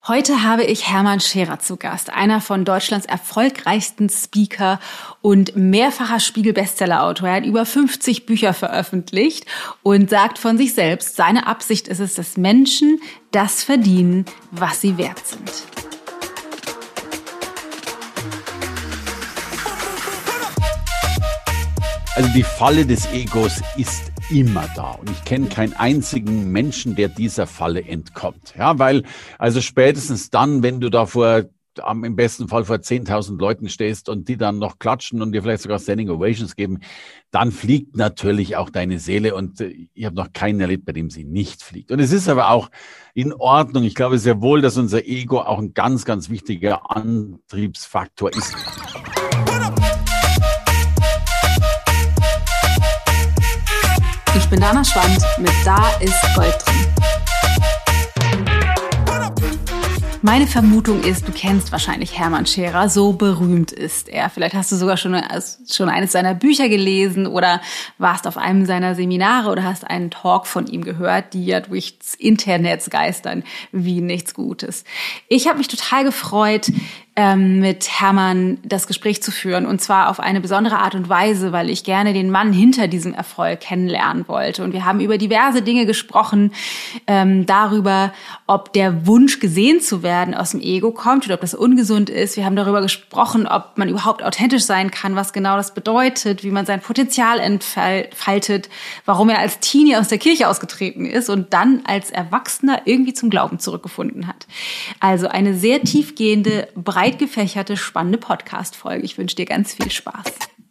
Heute habe ich Hermann Scherer zu Gast, einer von Deutschlands erfolgreichsten Speaker und mehrfacher Spiegel-Bestseller-Autor. Er hat über 50 Bücher veröffentlicht und sagt von sich selbst, seine Absicht ist es, dass Menschen das verdienen, was sie wert sind. Also die Falle des Egos ist immer da und ich kenne keinen einzigen Menschen, der dieser Falle entkommt. Ja, weil also spätestens dann, wenn du da im besten Fall vor 10.000 Leuten stehst und die dann noch klatschen und dir vielleicht sogar Standing Ovations geben, dann fliegt natürlich auch deine Seele und ich habe noch keinen erlebt, bei dem sie nicht fliegt. Und es ist aber auch in Ordnung. Ich glaube sehr wohl, dass unser Ego auch ein ganz, ganz wichtiger Antriebsfaktor ist. Ich bin Dana Schwand mit Da ist Gold drin. Meine Vermutung ist, du kennst wahrscheinlich Hermann Scherer, so berühmt ist er. Vielleicht hast du sogar schon eines seiner Bücher gelesen oder warst auf einem seiner Seminare oder hast einen Talk von ihm gehört, die ja durchs Internet geistern wie nichts Gutes. Ich habe mich total gefreut, mit Hermann das Gespräch zu führen, und zwar auf eine besondere Art und Weise, weil ich gerne den Mann hinter diesem Erfolg kennenlernen wollte. Und wir haben über diverse Dinge gesprochen, darüber, ob der Wunsch, gesehen zu werden, aus dem Ego kommt oder ob das ungesund ist. Wir haben darüber gesprochen, ob man überhaupt authentisch sein kann, was genau das bedeutet, wie man sein Potenzial entfaltet, warum er als Teenie aus der Kirche ausgetreten ist und dann als Erwachsener irgendwie zum Glauben zurückgefunden hat. Also eine sehr tiefgehende, breit gefächerte, spannende Podcast-Folge. Ich wünsche dir ganz viel Spaß.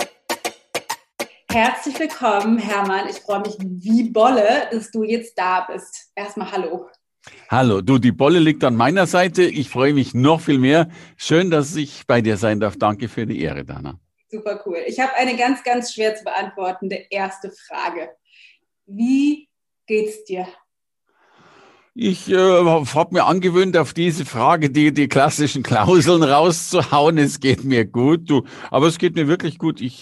Herzlich willkommen, Hermann. Ich freue mich wie Bolle, dass du jetzt da bist. Erstmal hallo. Hallo, du, die Bolle liegt an meiner Seite. Ich freue mich noch viel mehr. Schön, dass ich bei dir sein darf. Danke für die Ehre, Dana. Super cool. Ich habe eine ganz, ganz schwer zu beantwortende erste Frage. Wie geht's dir? Ich habe mir angewöhnt, auf diese Frage die klassischen Klauseln rauszuhauen. Es geht mir gut, aber es geht mir wirklich gut. Ich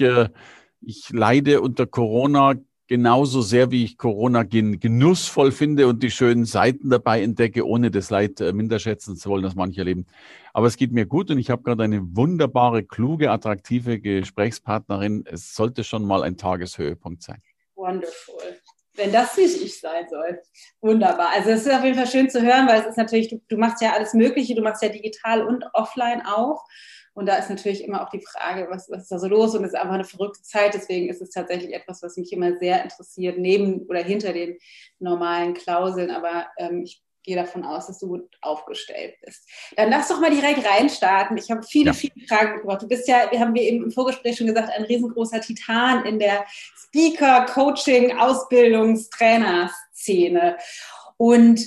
leide unter Corona genauso sehr, wie ich Corona genussvoll finde und die schönen Seiten dabei entdecke, ohne das Leid minder schätzen zu wollen, das manche erleben. Aber es geht mir gut und ich habe gerade eine wunderbare, kluge, attraktive Gesprächspartnerin. Es sollte schon mal ein Tageshöhepunkt sein. Wonderful. Wenn das nicht ich sein soll. Wunderbar. Also es ist auf jeden Fall schön zu hören, weil es ist natürlich, du machst ja alles Mögliche, du machst ja digital und offline auch. Und da ist natürlich immer auch die Frage, was ist da so los? Und es ist einfach eine verrückte Zeit. Deswegen ist es tatsächlich etwas, was mich immer sehr interessiert, neben oder hinter den normalen Klauseln. Aber ich gehe davon aus, dass du gut aufgestellt bist. Dann lass doch mal direkt reinstarten. Ich habe viele Fragen mitgebracht. Du bist ja, haben wir eben im Vorgespräch schon gesagt, ein riesengroßer Titan in der Speaker, Coaching, Ausbildungs-, Trainerszene. Und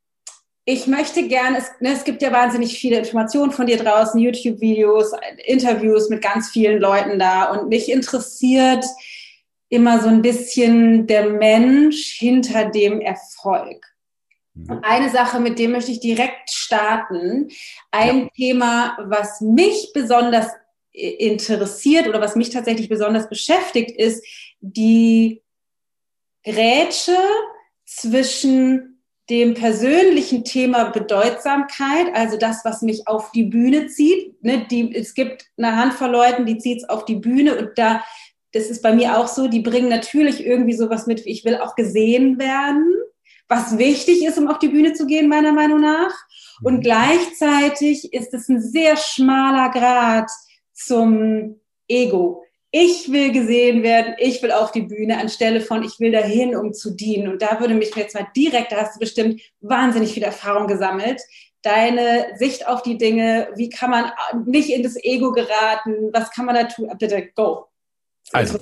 ich möchte gerne, es gibt ja wahnsinnig viele Informationen von dir draußen, YouTube-Videos, Interviews mit ganz vielen Leuten da. Und mich interessiert immer so ein bisschen der Mensch hinter dem Erfolg. Und eine Sache, mit dem möchte ich direkt starten. Ein Thema, was mich besonders interessiert oder was mich tatsächlich besonders beschäftigt, ist die Grätsche zwischen dem persönlichen Thema Bedeutsamkeit, also das, was mich auf die Bühne zieht. Es gibt eine Handvoll Leuten, die zieht es auf die Bühne und das ist bei mir auch so, die bringen natürlich irgendwie sowas mit, ich will auch gesehen werden, was wichtig ist, um auf die Bühne zu gehen, meiner Meinung nach. Und gleichzeitig ist es ein sehr schmaler Grat zum Ego. Ich will gesehen werden, ich will auf die Bühne, anstelle von ich will dahin, um zu dienen. Und da würde mich jetzt mal direkt, da hast du bestimmt wahnsinnig viel Erfahrung gesammelt, deine Sicht auf die Dinge, wie kann man nicht in das Ego geraten, was kann man da tun? Bitte, go. Also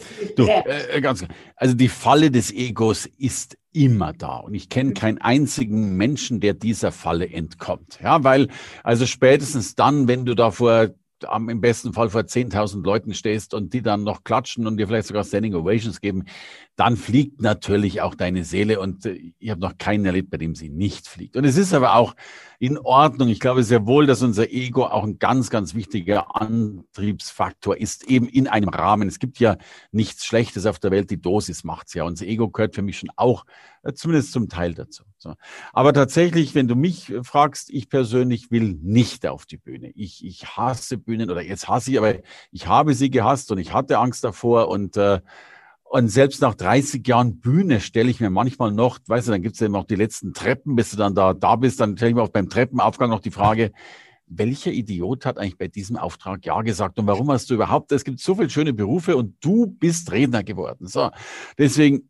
die Falle des Egos ist immer da und ich kenne keinen einzigen Menschen, der dieser Falle entkommt. Ja, weil also spätestens dann, wenn du da im besten Fall vor 10.000 Leuten stehst und die dann noch klatschen und dir vielleicht sogar Standing Ovations geben, dann fliegt natürlich auch deine Seele und ich habe noch keinen erlebt, bei dem sie nicht fliegt. Und es ist aber auch in Ordnung. Ich glaube sehr wohl, dass unser Ego auch ein ganz, ganz wichtiger Antriebsfaktor ist, eben in einem Rahmen. Es gibt ja nichts Schlechtes auf der Welt, die Dosis macht's ja. Unser Ego gehört für mich schon auch zumindest zum Teil dazu. So. Aber tatsächlich, wenn du mich fragst, ich persönlich will nicht auf die Bühne. Ich hasse Bühnen oder jetzt hasse ich, aber ich habe sie gehasst und ich hatte Angst davor und selbst nach 30 Jahren Bühne stelle ich mir manchmal noch, weißt du, dann gibt es ja noch die letzten Treppen, bis du dann da bist, dann stelle ich mir auch beim Treppenaufgang noch die Frage, welcher Idiot hat eigentlich bei diesem Auftrag Ja gesagt und warum hast du überhaupt, es gibt so viele schöne Berufe und du bist Redner geworden. So, deswegen,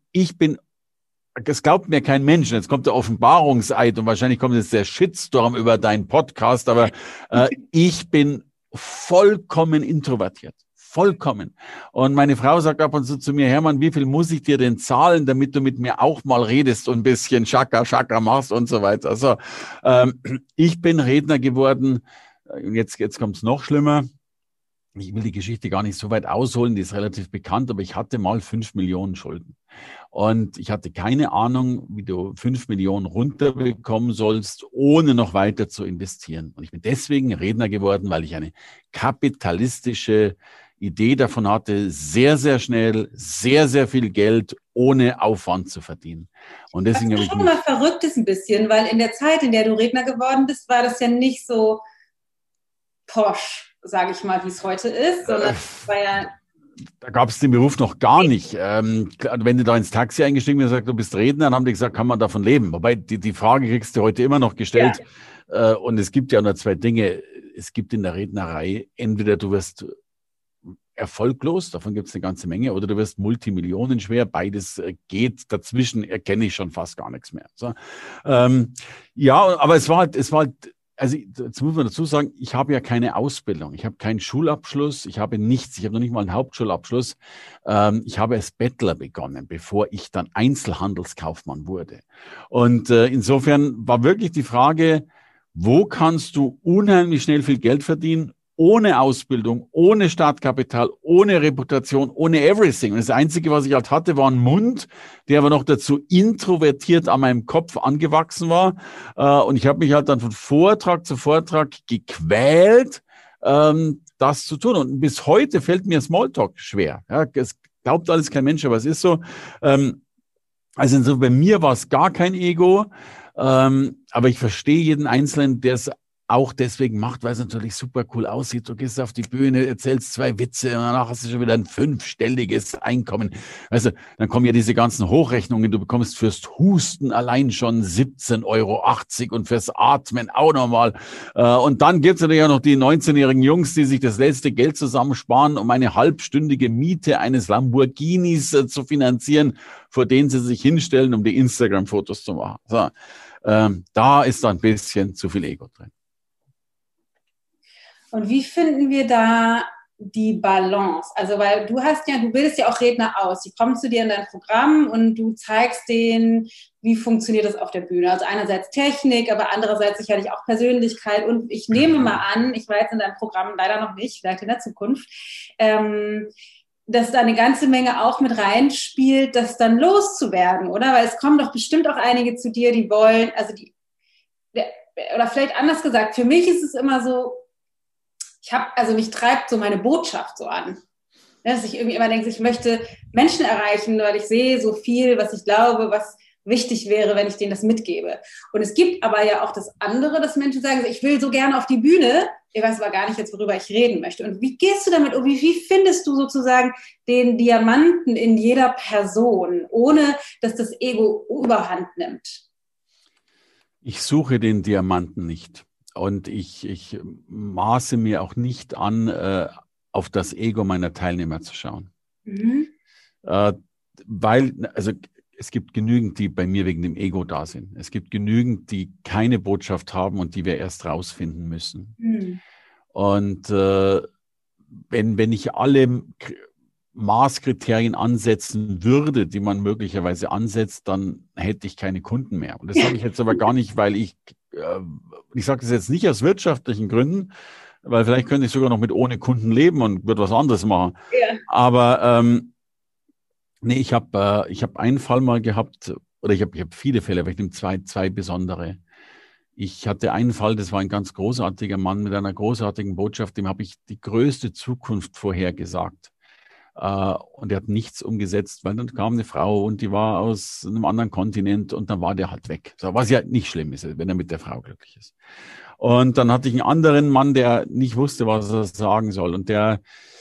es glaubt mir kein Mensch. Jetzt kommt der Offenbarungseid und wahrscheinlich kommt jetzt der Shitstorm über deinen Podcast, aber ich bin vollkommen introvertiert. Vollkommen. Und meine Frau sagt ab und zu zu mir, Hermann, wie viel muss ich dir denn zahlen, damit du mit mir auch mal redest und ein bisschen Schaka machst und so weiter. Also ich bin Redner geworden. Jetzt kommt es noch schlimmer. Ich will die Geschichte gar nicht so weit ausholen, die ist relativ bekannt, aber ich hatte mal 5 Millionen Schulden. Und ich hatte keine Ahnung, wie du 5 Millionen runterbekommen sollst, ohne noch weiter zu investieren. Und ich bin deswegen Redner geworden, weil ich eine kapitalistische Idee davon hatte, sehr, sehr schnell, sehr, sehr viel Geld ohne Aufwand zu verdienen. Und deswegen was schon mal verrückt ist ein bisschen, weil in der Zeit, in der du Redner geworden bist, war das ja nicht so posch, sage ich mal, wie es heute ist, sondern war ja... Da gab es den Beruf noch gar nicht. Wenn du da ins Taxi eingestiegen bist und sagst, du bist Redner, dann haben die gesagt, kann man davon leben? Wobei die Frage kriegst du heute immer noch gestellt. Ja. Und es gibt ja nur 2 Dinge. Es gibt in der Rednerei, entweder du wirst erfolglos, davon gibt es eine ganze Menge, oder du wirst multimillionenschwer. Beides geht. Dazwischen erkenne ich schon fast gar nichts mehr. So. Ja, aber es war halt, also jetzt muss man dazu sagen, ich habe ja keine Ausbildung, ich habe keinen Schulabschluss, ich habe nichts, ich habe noch nicht mal einen Hauptschulabschluss. Ich habe als Bettler begonnen, bevor ich dann Einzelhandelskaufmann wurde. Und insofern war wirklich die Frage, wo kannst du unheimlich schnell viel Geld verdienen, ohne Ausbildung, ohne Startkapital, ohne Reputation, ohne everything. Und das Einzige, was ich halt hatte, war ein Mund, der aber noch dazu introvertiert an meinem Kopf angewachsen war. Und ich habe mich halt dann von Vortrag zu Vortrag gequält, das zu tun. Und bis heute fällt mir Smalltalk schwer. Ja, es glaubt alles kein Mensch, aber es ist so. Also bei mir war es gar kein Ego. Aber ich verstehe jeden Einzelnen, der es auch deswegen macht, weil es natürlich super cool aussieht. Du gehst auf die Bühne, erzählst 2 Witze und danach hast du schon wieder ein 5-stelliges Einkommen. Also dann kommen ja diese ganzen Hochrechnungen. Du bekommst fürs Husten allein schon 17,80 € und fürs Atmen auch nochmal. Und dann gibt es natürlich auch noch die 19-jährigen Jungs, die sich das letzte Geld zusammensparen, um eine halbstündige Miete eines Lamborghinis zu finanzieren, vor denen sie sich hinstellen, um die Instagram-Fotos zu machen. So, da ist da ein bisschen zu viel Ego drin. Und wie finden wir da die Balance? Also, weil du bildest ja auch Redner aus. Die kommen zu dir in dein Programm und du zeigst denen, wie funktioniert das auf der Bühne. Also einerseits Technik, aber andererseits sicherlich auch Persönlichkeit. Und ich nehme mal an, ich war jetzt in deinem Programm leider noch nicht, vielleicht in der Zukunft, dass da eine ganze Menge auch mit reinspielt, das dann loszuwerden, oder? Weil es kommen doch bestimmt auch einige zu dir, die wollen, oder vielleicht anders gesagt, für mich ist es immer so, mich treibt so meine Botschaft so an. Dass ich irgendwie immer denke, ich möchte Menschen erreichen, weil ich sehe so viel, was ich glaube, was wichtig wäre, wenn ich denen das mitgebe. Und es gibt aber ja auch das andere, dass Menschen sagen, ich will so gerne auf die Bühne, ich weiß aber gar nicht jetzt, worüber ich reden möchte. Und wie gehst du damit um? Wie findest du sozusagen den Diamanten in jeder Person, ohne dass das Ego Überhand nimmt? Ich suche den Diamanten nicht. Und ich maße mir auch nicht an, auf das Ego meiner Teilnehmer zu schauen. Mhm. Also es gibt genügend, die bei mir wegen dem Ego da sind. Es gibt genügend, die keine Botschaft haben und die wir erst rausfinden müssen. Mhm. Und wenn ich alle Maßkriterien ansetzen würde, die man möglicherweise ansetzt, dann hätte ich keine Kunden mehr. Und das sage ich jetzt aber gar nicht, weil ich sage das jetzt nicht aus wirtschaftlichen Gründen, weil vielleicht könnte ich sogar noch mit ohne Kunden leben und würde was anderes machen. Ja. Aber nee, ich habe einen Fall mal gehabt, oder ich habe viele Fälle, aber ich nehme zwei besondere. Ich hatte einen Fall, das war ein ganz großartiger Mann mit einer großartigen Botschaft, dem habe ich die größte Zukunft vorhergesagt. Und er hat nichts umgesetzt, weil dann kam eine Frau und die war aus einem anderen Kontinent und dann war der halt weg. So, was ja nicht schlimm ist, wenn er mit der Frau glücklich ist. Und dann hatte ich einen anderen Mann, der nicht wusste, was er sagen soll und der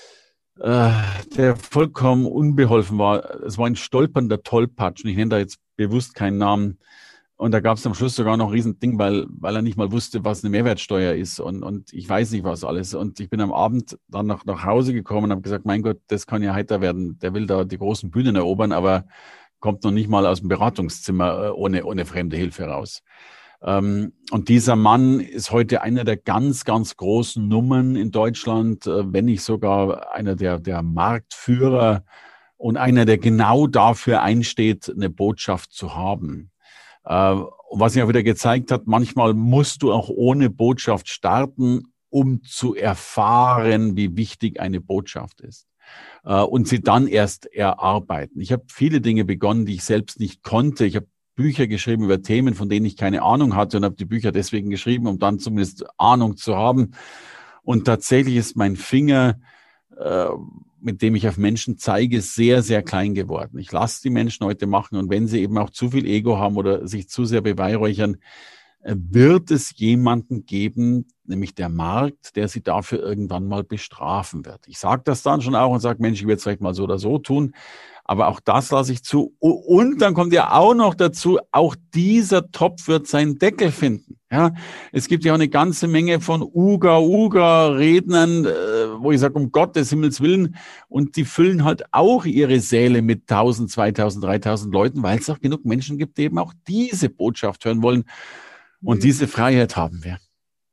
vollkommen unbeholfen war. Es war ein stolpernder Tollpatsch und ich nenne da jetzt bewusst keinen Namen. Und da gab es am Schluss sogar noch ein Riesending, weil er nicht mal wusste, was eine Mehrwertsteuer ist und ich weiß nicht, was alles. Und ich bin am Abend dann nach Hause gekommen und habe gesagt, mein Gott, das kann ja heiter werden. Der will da die großen Bühnen erobern, aber kommt noch nicht mal aus dem Beratungszimmer ohne fremde Hilfe raus. Und dieser Mann ist heute einer der ganz, ganz großen Nummern in Deutschland, wenn nicht sogar einer der Marktführer und einer, der genau dafür einsteht, eine Botschaft zu haben. Was sich auch wieder gezeigt hat, manchmal musst du auch ohne Botschaft starten, um zu erfahren, wie wichtig eine Botschaft ist. Und sie dann erst erarbeiten. Ich habe viele Dinge begonnen, die ich selbst nicht konnte. Ich habe Bücher geschrieben über Themen, von denen ich keine Ahnung hatte und habe die Bücher deswegen geschrieben, um dann zumindest Ahnung zu haben. Und tatsächlich ist mein Finger, mit dem ich auf Menschen zeige, sehr, sehr klein geworden. Ich lasse die Menschen heute machen und wenn sie eben auch zu viel Ego haben oder sich zu sehr beweihräuchern, wird es jemanden geben, nämlich der Markt, der sie dafür irgendwann mal bestrafen wird. Ich sage das dann schon auch und sage, Mensch, ich werde es vielleicht mal so oder so tun. Aber auch das lasse ich zu. Und dann kommt ja auch noch dazu, auch dieser Topf wird seinen Deckel finden. Ja, es gibt ja auch eine ganze Menge von Rednern, wo ich sage, um Gottes Himmels Willen. Und die füllen halt auch ihre Säle mit 1000, 2000, 3000 Leuten, weil es auch genug Menschen gibt, die eben auch diese Botschaft hören wollen. Und diese Freiheit haben wir.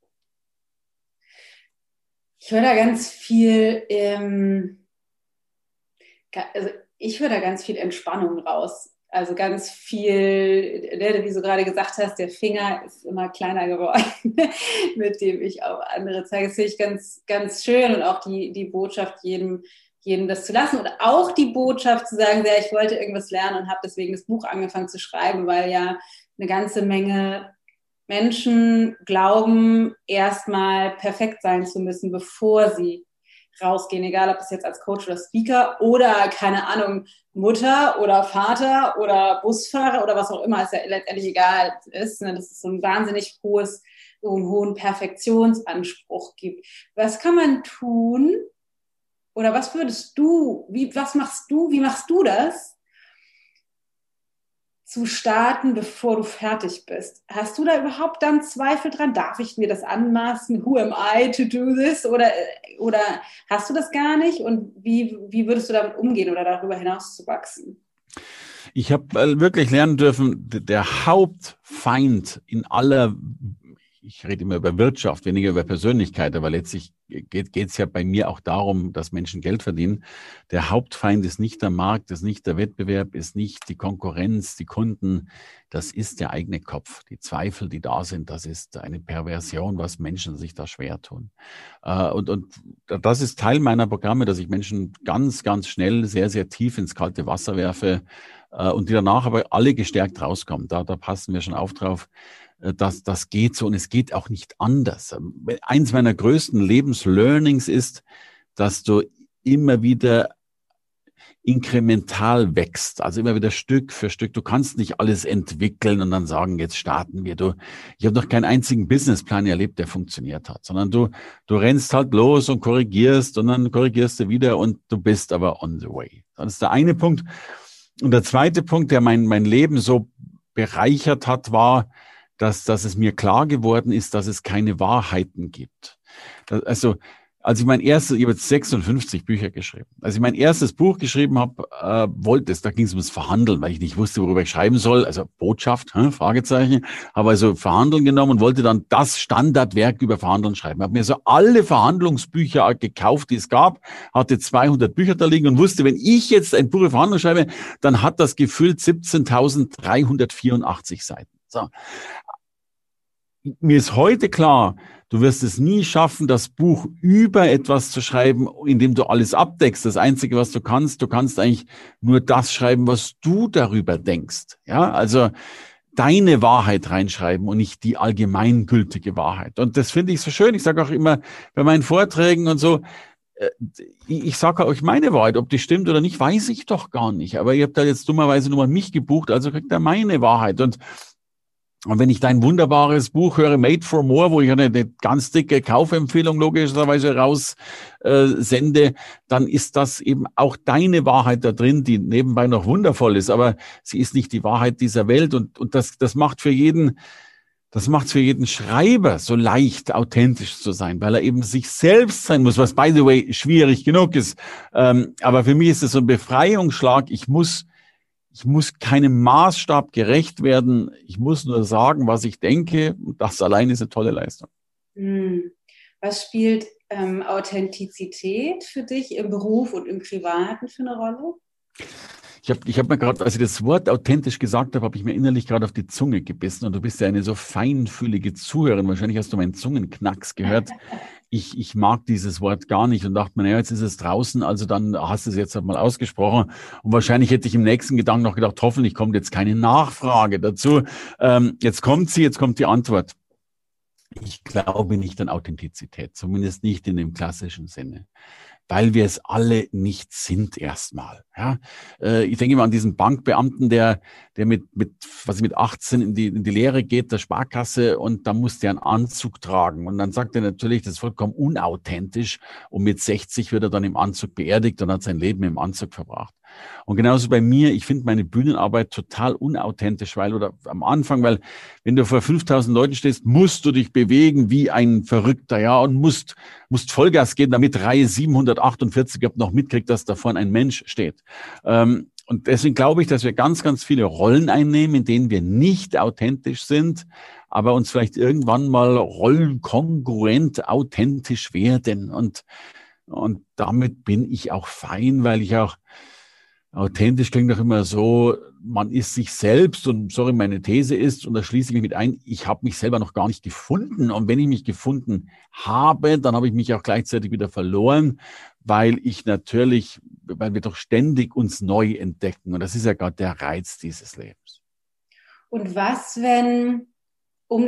Ich höre da ganz viel, ich höre da ganz viel Entspannung raus. Also ganz viel, wie du gerade gesagt hast, der Finger ist immer kleiner geworden, mit dem ich auch andere zeige. Das finde ich ganz, ganz schön und auch die Botschaft, jedem das zu lassen und auch die Botschaft zu sagen, ja, ich wollte irgendwas lernen und habe deswegen das Buch angefangen zu schreiben, weil ja eine ganze Menge Menschen glauben, erstmal perfekt sein zu müssen, bevor sie rausgehen, egal ob es jetzt als Coach oder Speaker oder, keine Ahnung, Mutter oder Vater oder Busfahrer oder was auch immer, ist ja letztendlich egal ist, ne? Dass es so ein wahnsinnig hohen Perfektionsanspruch gibt. Was kann man tun oder was würdest du, wie machst du das, zu starten, bevor du fertig bist? Hast du da überhaupt dann Zweifel dran? Darf ich mir das anmaßen? Who am I to do this? Oder hast du das gar nicht? Und wie würdest du damit umgehen oder darüber hinaus zu wachsen? Ich habe wirklich lernen dürfen, der Hauptfeind in aller, ich rede immer über Wirtschaft, weniger über Persönlichkeit, aber letztlich geht es ja bei mir auch darum, dass Menschen Geld verdienen. Der Hauptfeind ist nicht der Markt, ist nicht der Wettbewerb, ist nicht die Konkurrenz, die Kunden. Das ist der eigene Kopf. Die Zweifel, die da sind, das ist eine Perversion, was Menschen sich da schwer tun. Und das ist Teil meiner Programme, dass ich Menschen ganz, ganz schnell sehr, sehr tief ins kalte Wasser werfe und die danach aber alle gestärkt rauskommen. Da passen wir schon auf drauf. Das geht so und es geht auch nicht anders. Eins meiner größten Lebenslearnings ist, dass du immer wieder inkremental wächst, also immer wieder Stück für Stück. Du kannst nicht alles entwickeln und dann sagen, jetzt starten wir. Ich habe noch keinen einzigen Businessplan erlebt, der funktioniert hat, sondern du rennst halt los und korrigierst und dann korrigierst du wieder und du bist aber on the way. Das ist der eine Punkt. Und der zweite Punkt, der mein Leben so bereichert hat, war, dass es mir klar geworden ist, dass es keine Wahrheiten gibt. Also, als ich ich habe jetzt 56 Bücher geschrieben. Als ich mein erstes Buch geschrieben habe, da ging es ums Verhandeln, weil ich nicht wusste, worüber ich schreiben soll. Also Botschaft, Fragezeichen. Habe also Verhandeln genommen und wollte dann das Standardwerk über Verhandeln schreiben. Habe mir so alle Verhandlungsbücher gekauft, die es gab, hatte 200 Bücher da liegen und wusste, wenn ich jetzt ein Buch über Verhandeln schreibe, dann hat das gefüllt 17.384 Seiten. So. Mir ist heute klar, du wirst es nie schaffen, das Buch über etwas zu schreiben, indem du alles abdeckst. Das Einzige, was du kannst eigentlich nur das schreiben, was du darüber denkst. Ja, also deine Wahrheit reinschreiben und nicht die allgemeingültige Wahrheit. Und das finde ich so schön. Ich sage auch immer bei meinen Vorträgen und so, ich sage euch meine Wahrheit, ob die stimmt oder nicht, weiß ich doch gar nicht. Aber ihr habt da jetzt dummerweise nur mal mich gebucht, also kriegt ihr meine Wahrheit. Und wenn ich dein wunderbares Buch höre, Made for More, wo ich eine ganz dicke Kaufempfehlung logischerweise raus sende, dann ist das eben auch deine Wahrheit da drin, die nebenbei noch wundervoll ist. Aber sie ist nicht die Wahrheit dieser Welt. Und das macht für jeden... Das macht es für jeden Schreiber so leicht, authentisch zu sein, weil er eben sich selbst sein muss, was, by the way, schwierig genug ist. Aber für mich ist es so ein Befreiungsschlag. Ich muss keinem Maßstab gerecht werden. Ich muss nur sagen, was ich denke. Und das allein ist eine tolle Leistung. Was spielt Authentizität für dich im Beruf und im Privaten für eine Rolle? Ich hab mir gerade, als ich das Wort authentisch gesagt habe, habe ich mir innerlich gerade auf die Zunge gebissen. Und du bist ja eine so feinfühlige Zuhörerin. Wahrscheinlich hast du meinen Zungenknacks gehört. Ich mag dieses Wort gar nicht und dachte mir, naja, jetzt ist es draußen, also dann hast du es jetzt mal ausgesprochen. Und wahrscheinlich hätte ich im nächsten Gedanken noch gedacht, hoffentlich kommt jetzt keine Nachfrage dazu. Jetzt kommt die Antwort. Ich glaube nicht an Authentizität, zumindest nicht in dem klassischen Sinne, weil wir es alle nicht sind erstmal. Ja, ich denke mal an diesen Bankbeamten, der mit 18 in die Lehre geht, der Sparkasse, und da muss der einen Anzug tragen. Und dann sagt er natürlich, das ist vollkommen unauthentisch, und mit 60 wird er dann im Anzug beerdigt und hat sein Leben im Anzug verbracht. Und genauso bei mir, ich finde meine Bühnenarbeit total unauthentisch, weil wenn du vor 5000 Leuten stehst, musst du dich bewegen wie ein Verrückter, ja, und musst Vollgas geben, damit Reihe 748 noch mitkriegt, dass da vorne ein Mensch steht. Und deswegen glaube ich, dass wir ganz, ganz viele Rollen einnehmen, in denen wir nicht authentisch sind, aber uns vielleicht irgendwann mal rollenkongruent authentisch werden. Und damit bin ich auch fein, weil ich auch authentisch klingt doch immer so, man ist sich selbst, und sorry, meine These ist, und da schließe ich mich mit ein, ich habe mich selber noch gar nicht gefunden. Und wenn ich mich gefunden habe, dann habe ich mich auch gleichzeitig wieder verloren, weil wir doch ständig uns neu entdecken. Und das ist ja gerade der Reiz dieses Lebens. Und was, um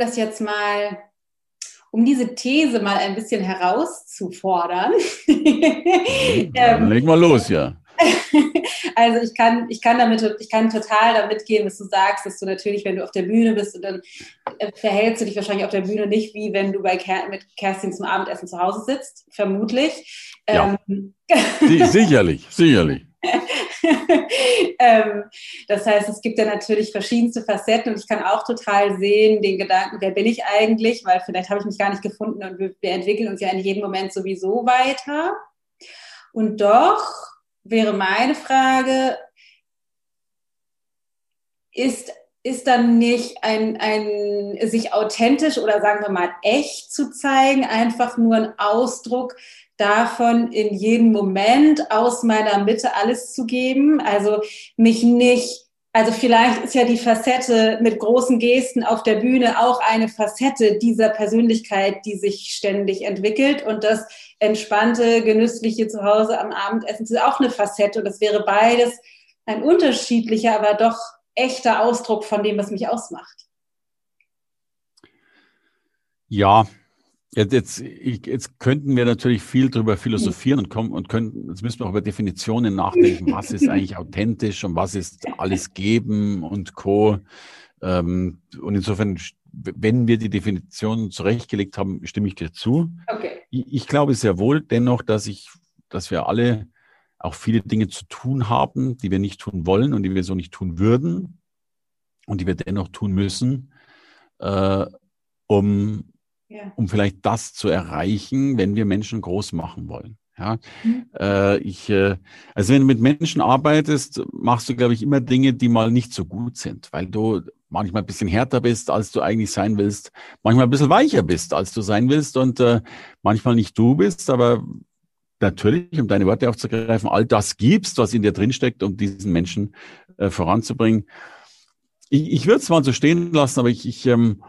diese These mal ein bisschen herauszufordern. Dann leg mal los, ja. Also ich kann total damit gehen, was du sagst, dass du natürlich, wenn du auf der Bühne bist, und dann verhältst du dich wahrscheinlich auf der Bühne nicht, wie wenn du mit Kerstin zum Abendessen zu Hause sitzt, vermutlich. Ja. Sicherlich. Das heißt, es gibt ja natürlich verschiedenste Facetten, und ich kann auch total sehen, den Gedanken, wer bin ich eigentlich, weil vielleicht habe ich mich gar nicht gefunden, und wir entwickeln uns ja in jedem Moment sowieso weiter. Und doch wäre meine Frage, ist dann nicht ein sich authentisch oder sagen wir mal echt zu zeigen, einfach nur ein Ausdruck davon, in jedem Moment aus meiner Mitte alles zu geben? Also vielleicht ist ja die Facette mit großen Gesten auf der Bühne auch eine Facette dieser Persönlichkeit, die sich ständig entwickelt, und das entspannte, genüssliche Zuhause am Abendessen ist auch eine Facette, und das wäre beides ein unterschiedlicher, aber doch echter Ausdruck von dem, was mich ausmacht. Ja, jetzt könnten wir natürlich viel drüber philosophieren jetzt müssen wir auch über Definitionen nachdenken, was ist eigentlich authentisch und was ist alles geben und Co. Und insofern, wenn wir die Definition zurechtgelegt haben, stimme ich dir zu. Okay. Ich glaube sehr wohl dennoch, dass wir alle auch viele Dinge zu tun haben, die wir nicht tun wollen und die wir so nicht tun würden und die wir dennoch tun müssen, um vielleicht das zu erreichen, wenn wir Menschen groß machen wollen. Ja, also wenn du mit Menschen arbeitest, machst du, glaube ich, immer Dinge, die mal nicht so gut sind, weil du manchmal ein bisschen härter bist, als du eigentlich sein willst, manchmal ein bisschen weicher bist, als du sein willst, und manchmal nicht du bist, aber natürlich, um deine Worte aufzugreifen, all das gibst, was in dir drinsteckt, um diesen Menschen voranzubringen. Ich würde es mal so stehen lassen, aber ich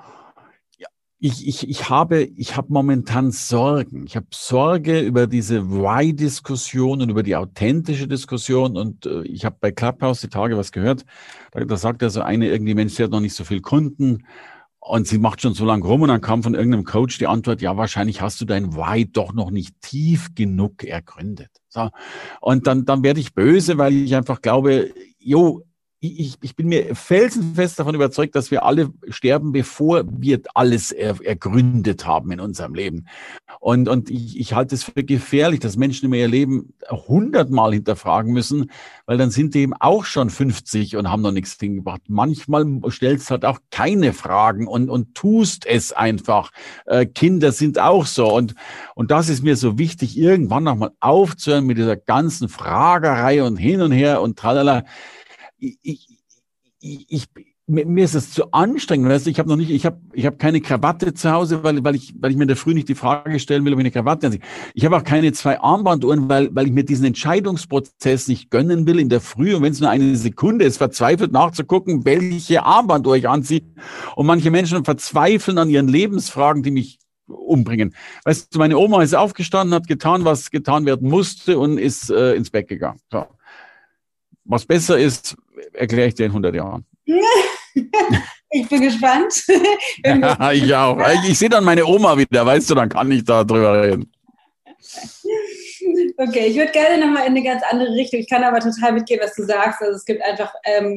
habe momentan Sorgen. Ich habe Sorge über diese Why-Diskussion und über die authentische Diskussion. Und ich habe bei Clubhouse die Tage was gehört. Da sagt also irgendwie, Mensch, sie hat noch nicht so viel Kunden. Und sie macht schon so lange rum und dann kam von irgendeinem Coach die Antwort, ja, wahrscheinlich hast du dein Why doch noch nicht tief genug ergründet. So. Und dann werde ich böse, weil ich einfach glaube, ich bin mir felsenfest davon überzeugt, dass wir alle sterben, bevor wir alles ergründet haben in unserem Leben. Und ich halte es für gefährlich, dass Menschen immer ihr Leben 100-mal hinterfragen müssen, weil dann sind die eben auch schon 50 und haben noch nichts hingebracht. Manchmal stellst du halt auch keine Fragen und tust es einfach. Kinder sind auch so. Und das ist mir so wichtig, irgendwann nochmal aufzuhören mit dieser ganzen Fragerei und hin und her und tralala. Mir ist es zu anstrengend. Weißt du, ich habe keine Krawatte zu Hause, weil ich mir in der Früh nicht die Frage stellen will, ob ich eine Krawatte anziehe. Ich habe auch keine 2 Armbanduhren, weil ich mir diesen Entscheidungsprozess nicht gönnen will in der Früh. Und wenn es nur eine Sekunde ist, verzweifelt nachzugucken, welche Armbanduhr ich anziehe. Und manche Menschen verzweifeln an ihren Lebensfragen, die mich umbringen. Weißt du, meine Oma ist aufgestanden, hat getan, was getan werden musste und ist ins Bett gegangen. So. Was besser ist, erkläre ich dir in 100 Jahren. Ich bin gespannt. Ja, ich auch. Ich sehe dann meine Oma wieder, weißt du, dann kann ich da drüber reden. Okay, ich würde gerne nochmal in eine ganz andere Richtung. Ich kann aber total mitgehen, was du sagst. Also es gibt einfach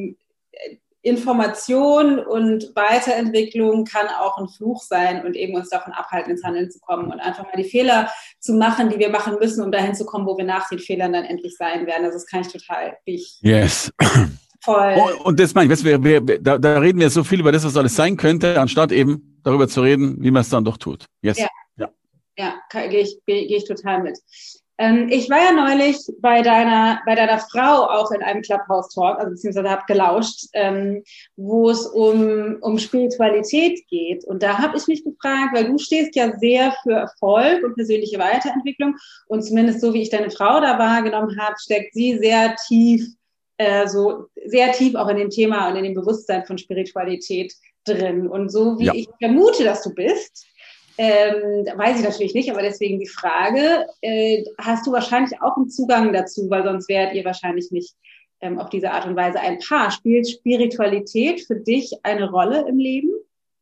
Information und Weiterentwicklung kann auch ein Fluch sein und eben uns davon abhalten, ins Handeln zu kommen und einfach mal die Fehler zu machen, die wir machen müssen, um dahin zu kommen, wo wir nach den Fehlern dann endlich sein werden. Also das kann ich total. Yes. Voll. Und das meine ich, da reden wir so viel über das, was alles sein könnte, anstatt eben darüber zu reden, wie man es dann doch tut. Yes. Ja, gehe ich total mit. Ich war ja neulich bei deiner Frau auch in einem Clubhouse-Talk, also beziehungsweise habe gelauscht, wo es um Spiritualität geht. Und da habe ich mich gefragt, weil du stehst ja sehr für Erfolg und persönliche Weiterentwicklung und zumindest so, wie ich deine Frau da wahrgenommen habe, steckt sie sehr tief auch in dem Thema und in dem Bewusstsein von Spiritualität drin. Und so wie ich vermute, dass du bist, weiß ich natürlich nicht, aber deswegen die Frage, hast du wahrscheinlich auch einen Zugang dazu, weil sonst wärt ihr wahrscheinlich nicht auf diese Art und Weise ein Paar. Spielt Spiritualität für dich eine Rolle im Leben?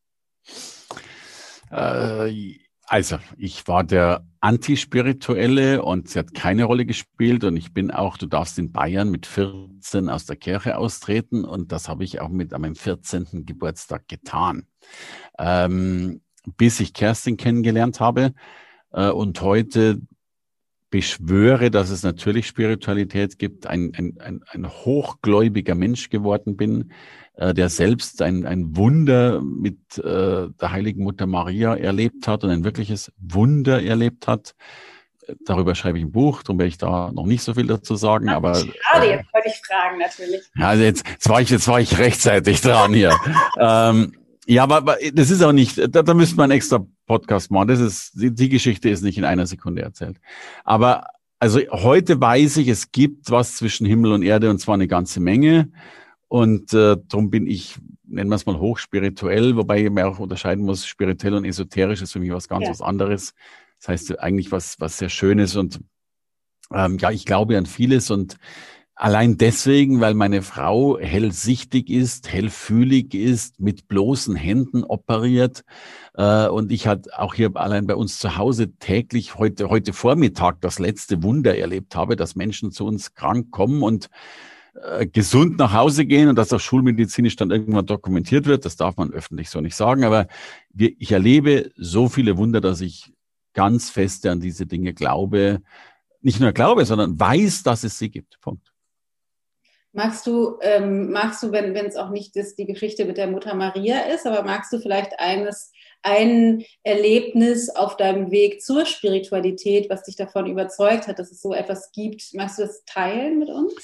Also, ich war der Antispirituelle und sie hat keine Rolle gespielt und ich bin auch, du darfst in Bayern mit 14 aus der Kirche austreten und das habe ich auch an meinem 14. Geburtstag getan. Bis ich Kerstin kennengelernt habe und heute beschwöre, dass es natürlich Spiritualität gibt, ein hochgläubiger Mensch geworden bin, der selbst ein Wunder mit der heiligen Mutter Maria erlebt hat und ein wirkliches Wunder erlebt hat. Darüber schreibe ich ein Buch, darum werde ich da noch nicht so viel dazu sagen. Aber schade, jetzt wollte ich fragen natürlich. Also jetzt war ich rechtzeitig dran hier. Ja, aber das ist auch nicht, da müsste man einen extra Podcast machen. Die Geschichte ist nicht in einer Sekunde erzählt. Aber also heute weiß ich, es gibt was zwischen Himmel und Erde und zwar eine ganze Menge. Und darum bin ich, nennen wir es mal hochspirituell, wobei man auch unterscheiden muss, spirituell und esoterisch ist für mich was ganz was anderes. Das heißt eigentlich was sehr Schönes und ich glaube an vieles und allein deswegen, weil meine Frau hellsichtig ist, hellfühlig ist, mit bloßen Händen operiert und ich halt auch hier allein bei uns zu Hause täglich heute Vormittag das letzte Wunder erlebt habe, dass Menschen zu uns krank kommen und gesund nach Hause gehen und dass auch schulmedizinisch dann irgendwann dokumentiert wird. Das darf man öffentlich so nicht sagen, aber ich erlebe so viele Wunder, dass ich ganz fest an diese Dinge glaube. Nicht nur glaube, sondern weiß, dass es sie gibt. Punkt. Magst du, wenn es auch nicht die Geschichte mit der Mutter Maria ist, aber magst du vielleicht ein Erlebnis auf deinem Weg zur Spiritualität, was dich davon überzeugt hat, dass es so etwas gibt? Magst du das teilen mit uns?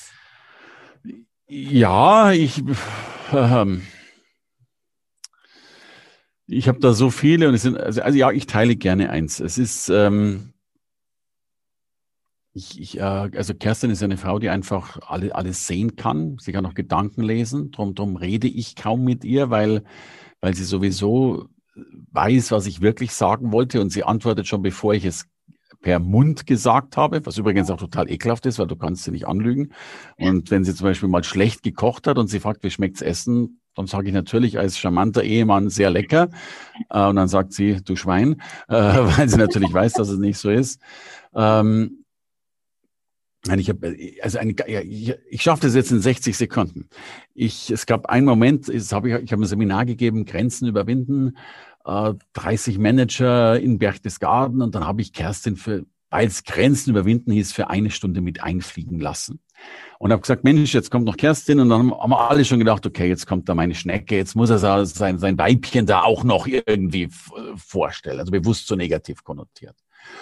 Ja, ich habe da so viele und ich teile gerne eins. Es ist also Kerstin ist eine Frau, die einfach alles sehen kann. Sie kann auch Gedanken lesen. Drum rede ich kaum mit ihr, weil sie sowieso weiß, was ich wirklich sagen wollte. Und sie antwortet schon, bevor ich es per Mund gesagt habe, was übrigens auch total ekelhaft ist, weil du kannst sie nicht anlügen. Und wenn sie zum Beispiel mal schlecht gekocht hat und sie fragt, wie schmeckt's Essen, Dann sage ich natürlich als charmanter Ehemann sehr lecker. Und dann sagt sie, du Schwein, weil sie natürlich weiß, dass es nicht so ist. Ich schaffe das jetzt in 60 Sekunden. Es gab einen Moment, ich habe ein Seminar gegeben, Grenzen überwinden, 30 Manager in Berchtesgaden, und dann habe ich Kerstin weil es Grenzen überwinden hieß, für 1 Stunde mit einfliegen lassen. Und habe gesagt, Mensch, jetzt kommt noch Kerstin, und dann haben wir alle schon gedacht, okay, jetzt kommt da meine Schnecke, jetzt muss er sein Weibchen da auch noch irgendwie vorstellen, also bewusst so negativ konnotiert.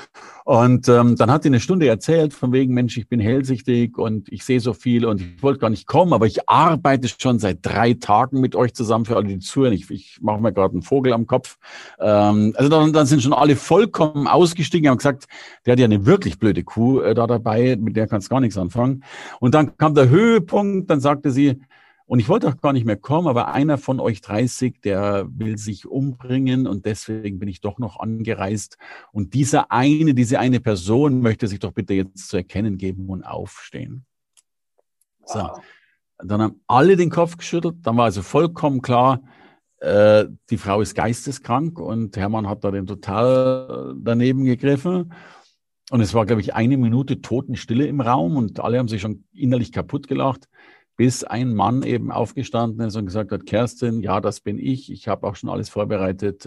Und dann hat sie eine Stunde erzählt, von wegen, Mensch, ich bin hellsichtig und ich sehe so viel und ich wollte gar nicht kommen, aber ich arbeite schon seit 3 Tagen mit euch zusammen, für alle, die zuhören. Ich mache mir gerade einen Vogel am Kopf. Also dann sind schon alle vollkommen ausgestiegen, haben gesagt, der hat ja eine wirklich blöde Kuh da dabei, mit der kannst du gar nichts anfangen. Und dann kam der Höhepunkt, dann sagte sie, und ich wollte auch gar nicht mehr kommen, aber einer von euch 30, der will sich umbringen, und deswegen bin ich doch noch angereist. Und diese eine Person möchte sich doch bitte jetzt zu erkennen geben und aufstehen. Wow. So. Dann haben alle den Kopf geschüttelt. Dann war also vollkommen klar, die Frau ist geisteskrank, und Hermann hat da den total daneben gegriffen. Und es war, glaube ich, 1 Minute Totenstille im Raum, und alle haben sich schon innerlich kaputt gelacht. Bis ein Mann eben aufgestanden ist und gesagt hat, Kerstin, ja, das bin ich. Ich habe auch schon alles vorbereitet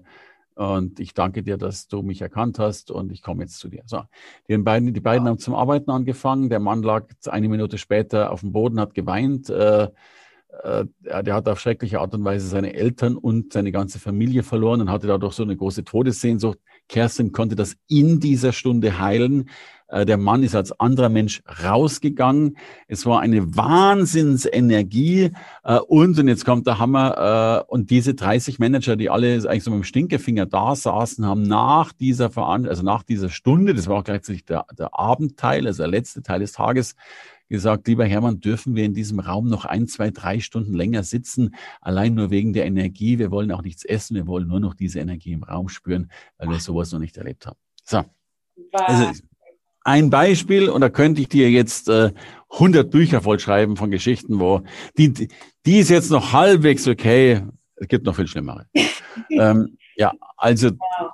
und ich danke dir, dass du mich erkannt hast, und ich komme jetzt zu dir. So, die beiden haben zum Arbeiten angefangen. Der Mann lag 1 Minute später auf dem Boden, hat geweint. Der hat auf schreckliche Art und Weise seine Eltern und seine ganze Familie verloren und hatte dadurch so eine große Todessehnsucht. Kerstin konnte das in dieser Stunde heilen. Der Mann ist als anderer Mensch rausgegangen. Es war eine Wahnsinnsenergie. Und jetzt kommt der Hammer. Und diese 30 Manager, die alle eigentlich so mit dem Stinkefinger da saßen, haben nach dieser Stunde, das war auch gleichzeitig der Abendteil, also der letzte Teil des Tages, gesagt, lieber Hermann, dürfen wir in diesem Raum noch 1, 2, 3 Stunden länger sitzen, allein nur wegen der Energie. Wir wollen auch nichts essen, wir wollen nur noch diese Energie im Raum spüren, weil wir sowas noch nicht erlebt haben. So, also ein Beispiel, und da könnte ich dir jetzt 100 Bücher vollschreiben von Geschichten, wo die ist jetzt noch halbwegs okay, es gibt noch viel Schlimmere. Ja, also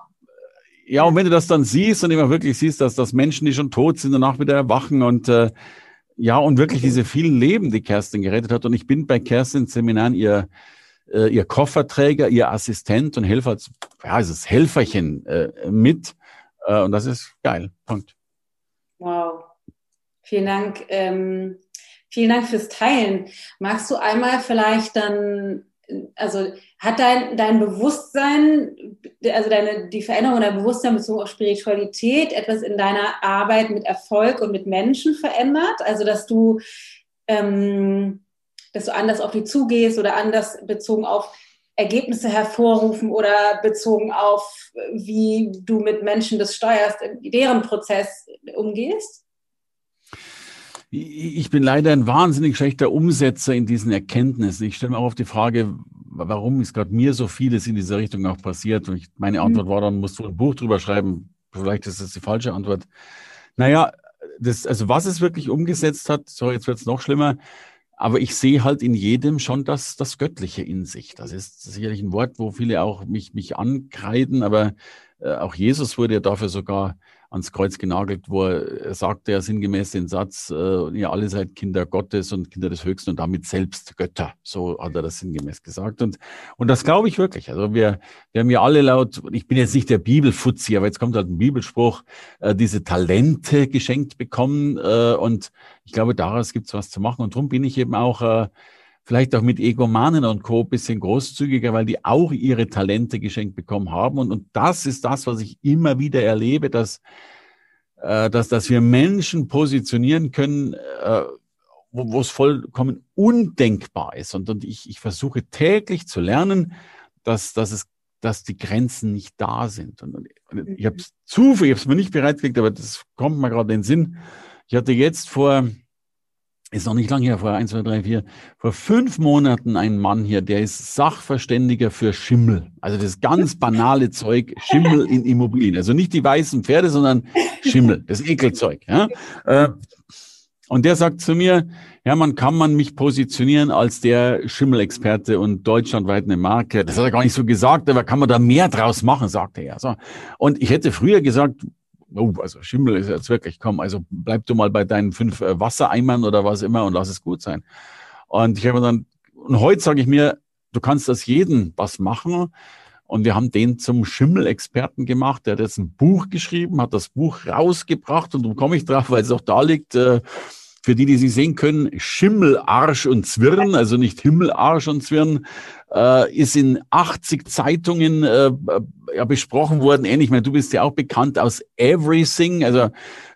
ja, und wenn du das dann siehst und immer wirklich siehst, dass Menschen, die schon tot sind, danach wieder erwachen und ja, und wirklich diese vielen Leben, die Kerstin gerettet hat. Und ich bin bei Kerstins Seminaren ihr Kofferträger, ihr Assistent und Helfer, ja, es ist Helferchen mit. Und das ist geil. Punkt. Wow. Vielen Dank. Vielen Dank fürs Teilen. Magst du einmal vielleicht dann, also hat dein Bewusstsein, also die Veränderung deiner Bewusstsein bezogen auf Spiritualität etwas in deiner Arbeit mit Erfolg und mit Menschen verändert? Also dass du anders auf die zugehst oder anders bezogen auf Ergebnisse hervorrufen oder bezogen auf, wie du mit Menschen das steuerst, in deren Prozess umgehst? Ich bin leider ein wahnsinnig schlechter Umsetzer in diesen Erkenntnissen. Ich stelle mir auch auf die Frage, warum ist gerade mir so vieles in dieser Richtung auch passiert? Und meine Antwort war dann, musst du ein Buch drüber schreiben. Vielleicht ist das die falsche Antwort. Naja, also was es wirklich umgesetzt hat, sorry, jetzt wird es noch schlimmer, aber ich sehe halt in jedem schon das Göttliche in sich. Das ist sicherlich ein Wort, wo viele auch mich ankreiden, aber auch Jesus wurde ja dafür sogar ans Kreuz genagelt, wo er sagte ja sinngemäß den Satz, ihr alle seid Kinder Gottes und Kinder des Höchsten und damit selbst Götter. So hat er das sinngemäß gesagt. Und das glaube ich wirklich. Also wir haben ja alle laut, ich bin jetzt nicht der Bibelfuzzi, aber jetzt kommt halt ein Bibelspruch, diese Talente geschenkt bekommen. Und ich glaube, daraus gibt es was zu machen. Und darum bin ich eben auch vielleicht auch mit Egomanen und Co. ein bisschen großzügiger, weil die auch ihre Talente geschenkt bekommen haben. Und das ist das, was ich immer wieder erlebe, dass wir Menschen positionieren können, wo es vollkommen undenkbar ist. Und ich versuche täglich zu lernen, dass die Grenzen nicht da sind. Und ich habe es mir nicht bereitgelegt, aber das kommt mir gerade in den Sinn. Ich hatte jetzt ist noch nicht lange her, vor 1, 2, 3, 4, vor 5 Monaten einen Mann hier, der ist Sachverständiger für Schimmel. Also das ganz banale Zeug, Schimmel in Immobilien. Also nicht die weißen Pferde, sondern Schimmel, das Ekelzeug. Ja? Und der sagt zu mir, Hermann, kann man mich positionieren als der Schimmelexperte und deutschlandweit eine Marke? Das hat er gar nicht so gesagt, aber kann man da mehr draus machen, sagte er. So. Und ich hätte früher gesagt, oh, also Schimmel ist jetzt wirklich, komm, also bleib du mal bei deinen 5 Wassereimern oder was immer und lass es gut sein. Und ich habe dann, und heute sage ich mir, du kannst das jeden was machen. Und wir haben den zum Schimmelexperten gemacht. Der hat jetzt ein Buch geschrieben, hat das Buch rausgebracht. Und darum komme ich drauf, weil es auch da liegt, für die, die sie sehen können, Schimmelarsch und Zwirn, also nicht Himmelarsch und Zwirn, ist in 80 Zeitungen ja, besprochen worden. Ähnlich, ich meine, du bist ja auch bekannt aus Everything. Also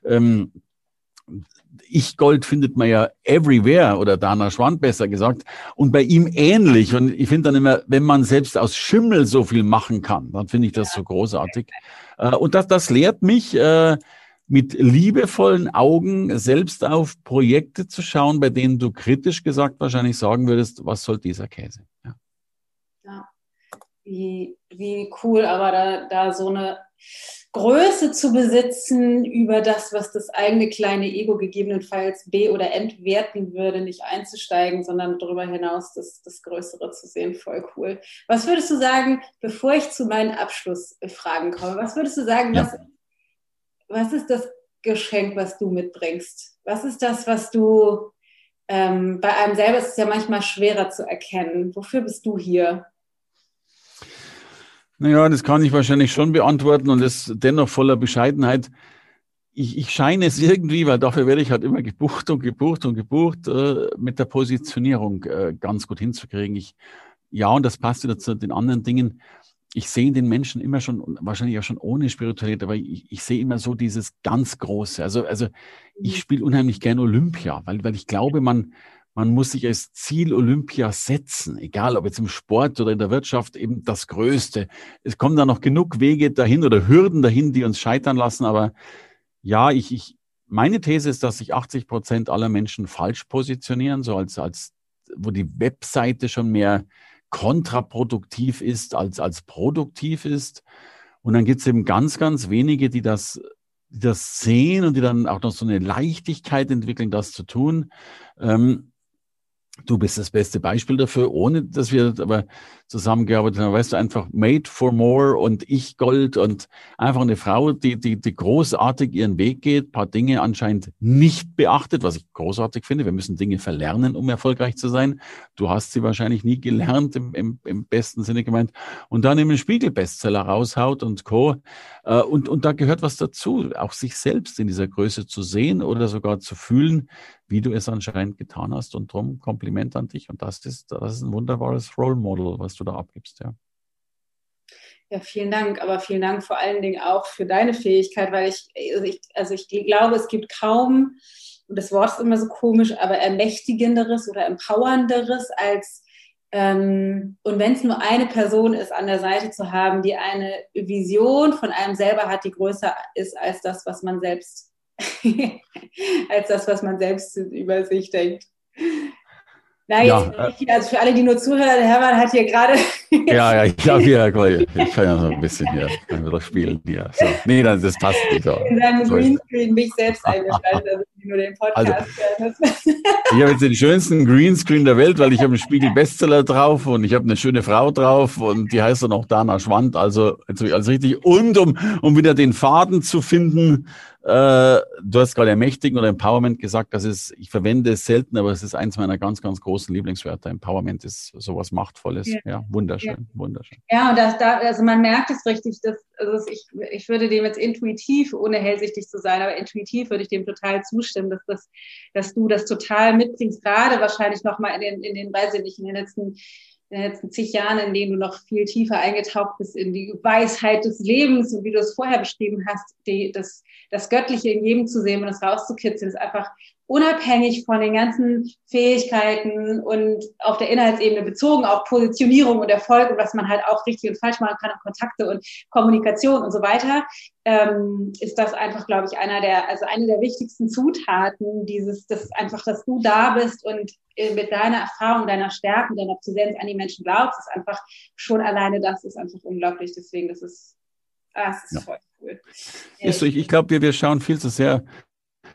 Ich-Gold findet man ja everywhere, oder Dana Schwand besser gesagt, und bei ihm ähnlich. Und ich finde dann immer, wenn man selbst aus Schimmel so viel machen kann, dann finde ich das so großartig. Und das lehrt mich, mit liebevollen Augen selbst auf Projekte zu schauen, bei denen du kritisch gesagt wahrscheinlich sagen würdest, was soll dieser Käse? Ja. Ja. Wie cool, aber da so eine Größe zu besitzen über das, was das eigene kleine Ego gegebenenfalls oder entwerten würde, nicht einzusteigen, sondern darüber hinaus das Größere zu sehen, voll cool. Was würdest du sagen, bevor ich zu meinen Abschlussfragen komme, was würdest du sagen, was ist das Geschenk, was du mitbringst? Was ist das, was du, bei einem selber ist es ja manchmal schwerer zu erkennen. Wofür bist du hier? Naja, das kann ich wahrscheinlich schon beantworten und das dennoch voller Bescheidenheit. Ich scheine es irgendwie, weil dafür werde ich halt immer gebucht, mit der Positionierung ganz gut hinzukriegen. Und das passt wieder zu den anderen Dingen. Ich sehe den Menschen immer schon, wahrscheinlich auch schon ohne Spiritualität, aber ich sehe immer so dieses ganz Große. Also ich spiele unheimlich gerne Olympia, weil ich glaube, man muss sich als Ziel Olympia setzen, egal ob jetzt im Sport oder in der Wirtschaft, eben das Größte. Es kommen da noch genug Wege dahin oder Hürden dahin, die uns scheitern lassen. Aber ja, meine These ist, dass sich 80% aller Menschen falsch positionieren, so als wo die Webseite schon mehr kontraproduktiv ist als produktiv ist. Und dann gibt es eben ganz, ganz wenige, die das sehen und die dann auch noch so eine Leichtigkeit entwickeln, das zu tun. Du bist das beste Beispiel dafür, ohne dass wir aber zusammengearbeitet haben. Weißt du, einfach made for more und Ich-Gold und einfach eine Frau, die großartig ihren Weg geht, ein paar Dinge anscheinend nicht beachtet, was ich großartig finde. Wir müssen Dinge verlernen, um erfolgreich zu sein. Du hast sie wahrscheinlich nie gelernt, im besten Sinne gemeint. Und dann eben einen Spiegel-Bestseller raushaut und Co. Und da gehört was dazu, auch sich selbst in dieser Größe zu sehen oder sogar zu fühlen, wie du es anscheinend getan hast. Und drum Kompliment an dich. Und das ist ein wunderbares Role Model, was du da abgibst. Ja. Ja, vielen Dank. Aber vielen Dank vor allen Dingen auch für deine Fähigkeit, weil ich glaube, es gibt kaum, und das Wort ist immer so komisch, aber ermächtigenderes oder empowernderes als, und wenn es nur eine Person ist, an der Seite zu haben, die eine Vision von einem selber hat, die größer ist als das, was man selbst über sich denkt. Na, jetzt, also für alle, die nur zuhören, Hermann hat hier gerade... Ja, ich kann ja so ein bisschen hier spielen. Hier. So. Nee, das passt nicht. So. In seinem Greenscreen mich selbst eingeschaltet, also nur den Podcast hören. Ich habe jetzt den schönsten Greenscreen der Welt, weil ich habe einen Spiegel-Bestseller drauf und ich habe eine schöne Frau drauf und die heißt dann auch Dana Schwand. Also jetzt habe ich alles richtig. Und um wieder den Faden zu finden, du hast gerade ermächtigen oder Empowerment gesagt, ich verwende es selten, aber es ist eins meiner ganz, ganz großen Lieblingswörter. Empowerment ist sowas Machtvolles. Ja, wunderschön, wunderschön. Ja, und also man merkt es richtig, ich würde dem jetzt intuitiv, ohne hellsichtig zu sein, aber intuitiv würde ich dem total zustimmen, dass du das total mitbringst, gerade wahrscheinlich nochmal in den letzten zig Jahren, in denen du noch viel tiefer eingetaucht bist in die Weisheit des Lebens und wie du es vorher beschrieben hast, das Göttliche in jedem zu sehen und das rauszukitzeln, ist einfach unabhängig von den ganzen Fähigkeiten und auf der Inhaltsebene bezogen auf Positionierung und Erfolg und was man halt auch richtig und falsch machen kann und Kontakte und Kommunikation und so weiter, ist das einfach, glaube ich, eine der wichtigsten Zutaten, dass du da bist und mit deiner Erfahrung, deiner Stärke, deiner Präsenz an die Menschen glaubst, ist einfach schon alleine das ist einfach unglaublich. Deswegen, es ist voll cool. Ist so, ich glaube, wir schauen viel zu sehr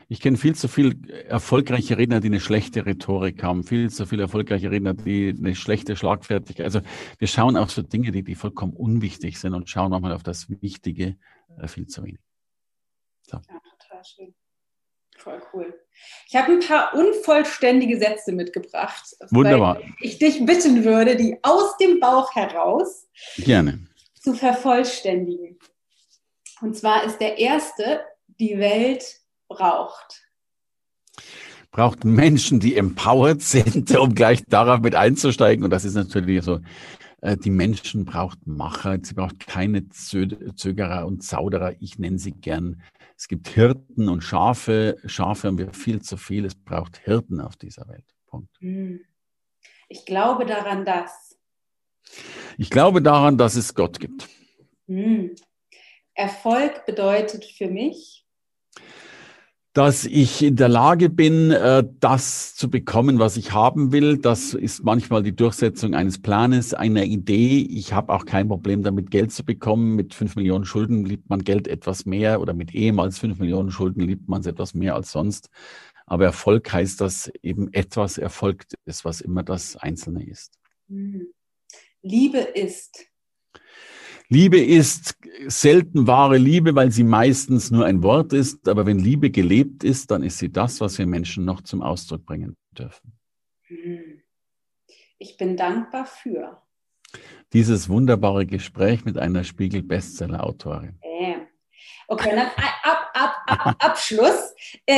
Ich kenne viel zu viele erfolgreiche Redner, die eine schlechte Rhetorik haben, viel zu viele erfolgreiche Redner, die eine schlechte Schlagfertigkeit. Also wir schauen auf so Dinge, die vollkommen unwichtig sind und schauen manchmal auf das Wichtige viel zu wenig. So. Ja, total schön. Voll cool. Ich habe ein paar unvollständige Sätze mitgebracht. Wunderbar. Weil ich dich bitten würde, die aus dem Bauch heraus gerne zu vervollständigen. Und zwar ist der erste: Die Welt braucht Menschen, die empowered sind, um gleich darauf mit einzusteigen. Und das ist natürlich so, die Menschen braucht Macher, sie braucht keine Zögerer und Zauderer. Ich nenne sie gern. Es gibt Hirten und Schafe. Schafe haben wir viel zu viel. Es braucht Hirten auf dieser Welt. Punkt. Ich glaube daran, dass. Ich glaube daran, dass es Gott gibt. Erfolg bedeutet für mich, dass ich in der Lage bin, das zu bekommen, was ich haben will. Das ist manchmal die Durchsetzung eines Planes, einer Idee. Ich habe auch kein Problem damit, Geld zu bekommen. Mit 5 Millionen Schulden liebt man Geld etwas mehr oder mit ehemals 5 Millionen Schulden liebt man es etwas mehr als sonst. Aber Erfolg heißt, dass eben etwas erfolgt ist, was immer das Einzelne ist. Liebe ist. Liebe ist selten wahre Liebe, weil sie meistens nur ein Wort ist. Aber wenn Liebe gelebt ist, dann ist sie das, was wir Menschen noch zum Ausdruck bringen dürfen. Ich bin dankbar für dieses wunderbare Gespräch mit einer Spiegel-Bestseller-Autorin. Okay, dann Abschluss.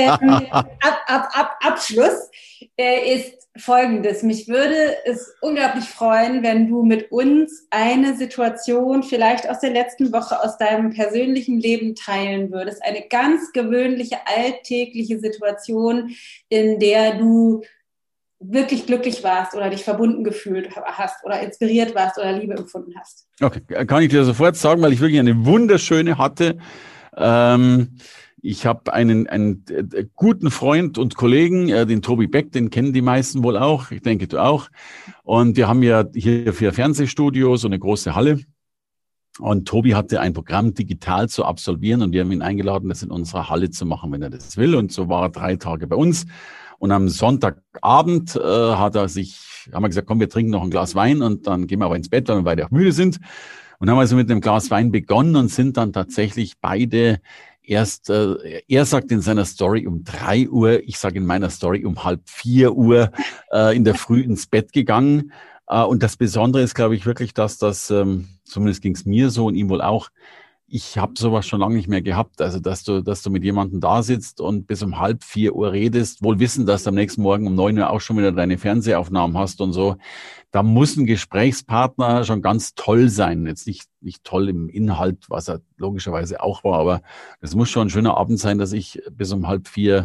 Abschluss ist Folgendes. Mich würde es unglaublich freuen, wenn du mit uns eine Situation vielleicht aus der letzten Woche, aus deinem persönlichen Leben teilen würdest. Eine ganz gewöhnliche, alltägliche Situation, in der du wirklich glücklich warst oder dich verbunden gefühlt hast oder inspiriert warst oder Liebe empfunden hast. Okay, kann ich dir sofort sagen, weil ich wirklich eine wunderschöne hatte. Ich habe einen guten Freund und Kollegen, den Tobi Beck, den kennen die meisten wohl auch, ich denke du auch. Und wir haben ja hier 4 Fernsehstudios, so eine große Halle. Und Tobi hatte ein Programm digital zu absolvieren und wir haben ihn eingeladen, das in unserer Halle zu machen, wenn er das will. Und so war er 3 Tage bei uns. Und am Sonntagabend haben wir gesagt, komm, wir trinken noch ein Glas Wein und dann gehen wir aber ins Bett, weil wir beide auch müde sind. Und haben also mit einem Glas Wein begonnen und sind dann tatsächlich beide erst, er sagt in seiner Story um 3 Uhr, ich sage in meiner Story um 3:30 Uhr in der Früh ins Bett gegangen. Und das Besondere ist, glaube ich, wirklich, dass das, zumindest ging es mir so und ihm wohl auch, ich habe sowas schon lange nicht mehr gehabt. Also, dass du mit jemandem da sitzt und bis um 3:30 Uhr redest, wohl wissen, dass du am nächsten Morgen um 9 Uhr auch schon wieder deine Fernsehaufnahmen hast und so. Da muss ein Gesprächspartner schon ganz toll sein. Jetzt nicht toll im Inhalt, was er logischerweise auch war, aber das muss schon ein schöner Abend sein, dass ich bis um 3:30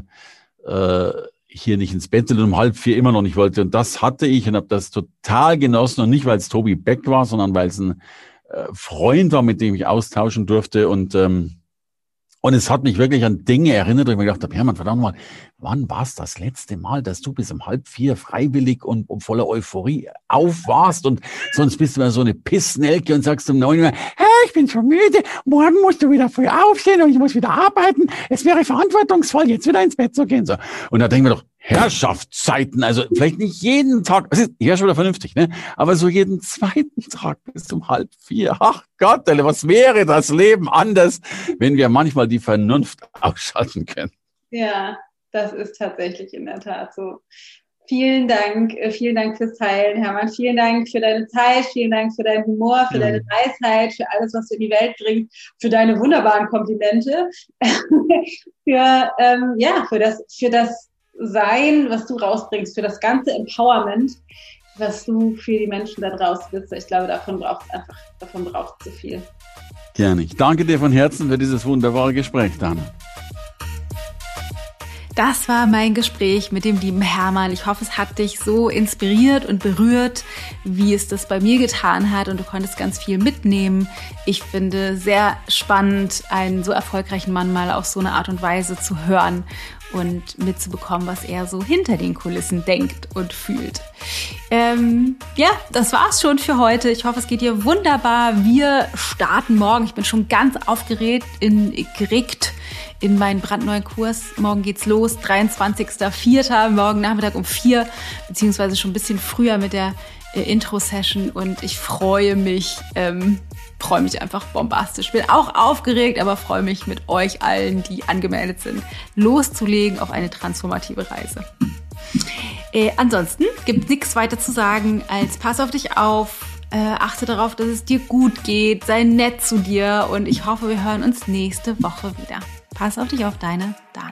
hier nicht ins Bett und um 3:30 immer noch nicht wollte. Und das hatte ich und habe das total genossen. Und nicht, weil es Tobi Beck war, sondern weil es ein Freund war, mit dem ich austauschen durfte. Und es hat mich wirklich an Dinge erinnert, wo ich mir gedacht habe, Hermann, verdammt mal, wann war es das letzte Mal, dass du bis um 3:30 freiwillig und voller Euphorie auf warst und sonst bist du immer so eine Pissnelke und sagst um 9 Uhr, hey, ich bin schon müde, morgen musst du wieder früh aufstehen und ich muss wieder arbeiten. Es wäre verantwortungsvoll, jetzt wieder ins Bett zu gehen. So. Und da denken wir doch, Herrschaftszeiten, also vielleicht nicht jeden Tag, das ist ja schon wieder vernünftig, ne? Aber so jeden zweiten Tag bis um 3:30. Ach Gott, was wäre das Leben anders, wenn wir manchmal die Vernunft ausschalten können? Ja, das ist tatsächlich in der Tat so. Vielen Dank fürs Teilen, Hermann. Vielen Dank für deine Zeit, vielen Dank für deinen Humor, für deine Weisheit, für alles, was du in die Welt bringst, für deine wunderbaren Komplimente, für das Sein, was du rausbringst, für das ganze Empowerment, was du für die Menschen da draußen bist. Ich glaube, davon braucht es so viel. Gerne. Ich danke dir von Herzen für dieses wunderbare Gespräch, Dana. Das war mein Gespräch mit dem lieben Hermann. Ich hoffe, es hat dich so inspiriert und berührt, wie es das bei mir getan hat und du konntest ganz viel mitnehmen. Ich finde sehr spannend, einen so erfolgreichen Mann mal auf so eine Art und Weise zu hören und mitzubekommen, was er so hinter den Kulissen denkt und fühlt. Das war's schon für heute. Ich hoffe, es geht dir wunderbar. Wir starten morgen. Ich bin schon ganz aufgeregt in meinen brandneuen Kurs. Morgen geht's los, 23.04. morgen Nachmittag um 4, beziehungsweise schon ein bisschen früher mit der Intro-Session und ich freue mich einfach bombastisch. Bin auch aufgeregt, aber freue mich mit euch allen, die angemeldet sind, loszulegen auf eine transformative Reise. Ansonsten gibt es nichts weiter zu sagen, als pass auf dich auf, achte darauf, dass es dir gut geht, sei nett zu dir und ich hoffe, wir hören uns nächste Woche wieder. Pass auf dich auf, deine Dana.